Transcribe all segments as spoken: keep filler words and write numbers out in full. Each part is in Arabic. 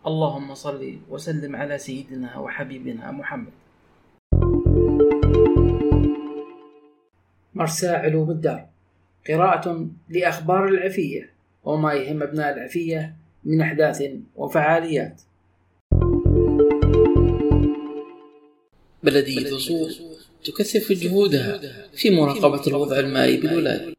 اللهم صل وسلم على سيدنا وحبيبنا محمد. مرسى علوم الدار، قراءة لأخبار العفية وما يهم أبناء العفية من أحداث وفعاليات. بلدية صور تكثف جهودها في مراقبة الوضع المائي بالولاية.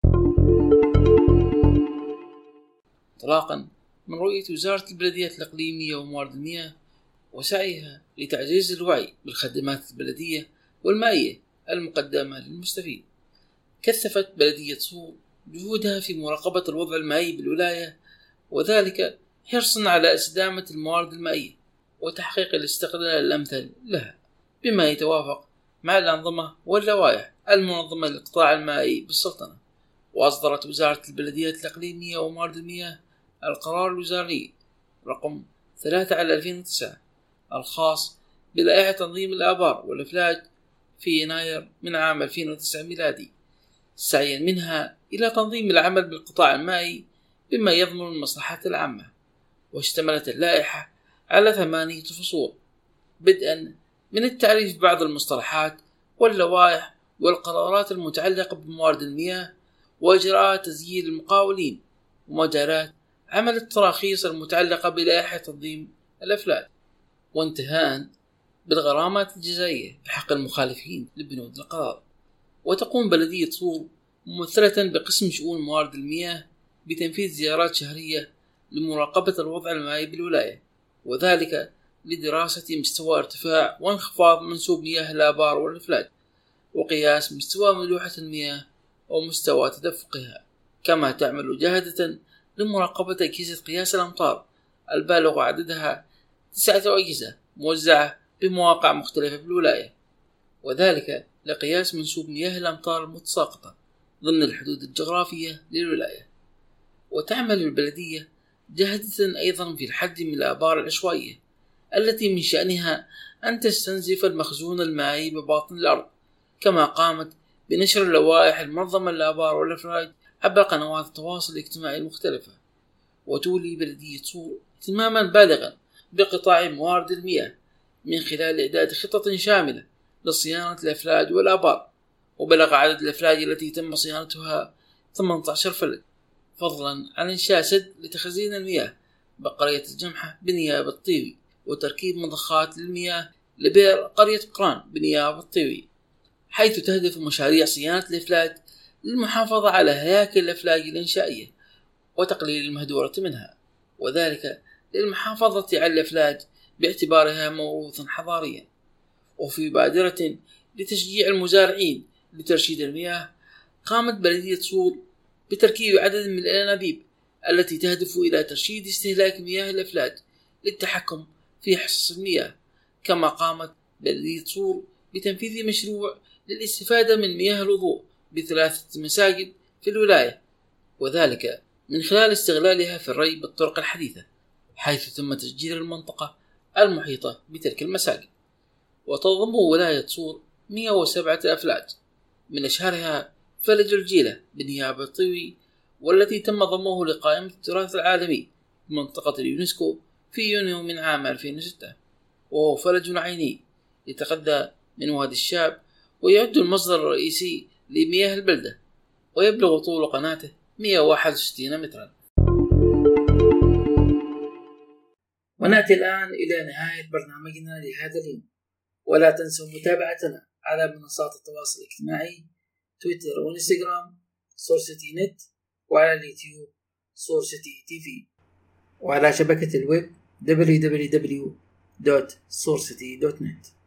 انطلاقا من رؤية وزارة البلديات الإقليمية وموارد المياه وسعيها لتعزيز الوعي بالخدمات البلدية والمائية المقدمة للمستفيد، كثفت بلدية صور جهودها في مراقبة الوضع المائي بالولاية، وذلك حرصا على استدامة الموارد المائية وتحقيق الاستغلال الأمثل لها بما يتوافق مع الأنظمة واللوائح المنظمة للقطاع المائي بالسلطنة. وأصدرت وزارة البلديات الإقليمية وموارد المياه القرار الوزاري رقم ثلاثة على ألفين وتسعة الخاص بلائحة تنظيم الآبار والإفلاج في يناير من عام ألفين وتسعة ميلادي، سعيا منها إلى تنظيم العمل بالقطاع المائي بما يضمن المصلحة العامة. واشتملت اللائحة على ثمانية فصول، بدءا من التعريف ببعض المصطلحات واللوائح والقرارات المتعلقة بموارد المياه وإجراءات تسجيل المقاولين ومجالات عمل التراخيص المتعلقة بلائحة تنظيم الأفلاج، وانتهاء بالغرامات الجزائية بحق المخالفين لبنود القرار. وتقوم بلدية صور ممثلة بقسم شؤون موارد المياه بتنفيذ زيارات شهرية لمراقبة الوضع المائي بالولاية، وذلك لدراسة مستوى ارتفاع وانخفاض منسوب مياه الآبار والإفلاج وقياس مستوى ملوحة المياه ومستوى تدفقها. كما تعمل جاهدة لمراقبة أجهزة قياس الأمطار البالغ عددها تسعة أجهزة موزعة بمواقع مختلفة بالولاية، وذلك لقياس منسوب مياه الأمطار المتساقطة ضمن الحدود الجغرافية للولاية. وتعمل البلدية جاهدة أيضا في الحد من الآبار العشوائية التي من شأنها أن تستنزف المخزون المائي بباطن الأرض، كما قامت بنشر اللوائح المنظمة للآبار والإفلاج عبر قنوات التواصل الاجتماعي المختلفة. وتولي بلدية صور اهتماما بالغا بقطاع موارد المياه من خلال إعداد خطة شاملة لصيانة الأفلاج والآبار، وبلغ عدد الأفلاج التي تم صيانتها ثمانية عشر فلج، فضلا عن إنشاء سد لتخزين المياه بقرية الجمحة بنيابة الطيوي، وتركيب مضخات للمياه لبئر قرية قران بنيابة الطيوي، حيث تهدف مشاريع صيانة الأفلاج للمحافظة على هياكل الأفلاج الإنشائية وتقليل المهدورة منها، وذلك للمحافظة على الأفلاج باعتبارها موروثا حضاريا. وفي بادرة لتشجيع المزارعين لترشيد المياه، قامت بلدية صور بتركيب عدد من الأنابيب التي تهدف إلى ترشيد استهلاك مياه الأفلاج للتحكم في حصص المياه. كما قامت بلدية صور بتنفيذ مشروع للاستفادة من مياه الوضوء بثلاثة مساجد في الولاية، وذلك من خلال استغلالها في الري بالطرق الحديثة، حيث تم تسجيل المنطقة المحيطة بتلك المساجد. وتضم ولاية صور مئة وسبعة أفلاج، من أشهرها فلج الجيلة بنيابة الطيوي، والتي تم ضمه لقائمة التراث العالمي بمنطقة اليونسكو في يونيو من عام ألفين وستة. وهو فلج عيني يتغذى من وادي الشاب، ويعد المصدر الرئيسي لمياه البلدة، ويبلغ طول قناته مئة وواحد وستين مترا. ونأتي الآن إلى نهاية برنامجنا لهذا اليوم، ولا تنسوا متابعتنا على منصات التواصل الاجتماعي تويتر وإنستغرام سورسيتي نت، وعلى اليوتيوب سورسيتي تي في، وعلى شبكة الويب دبليو دبليو دبليو دوت سورسيتي دوت نت.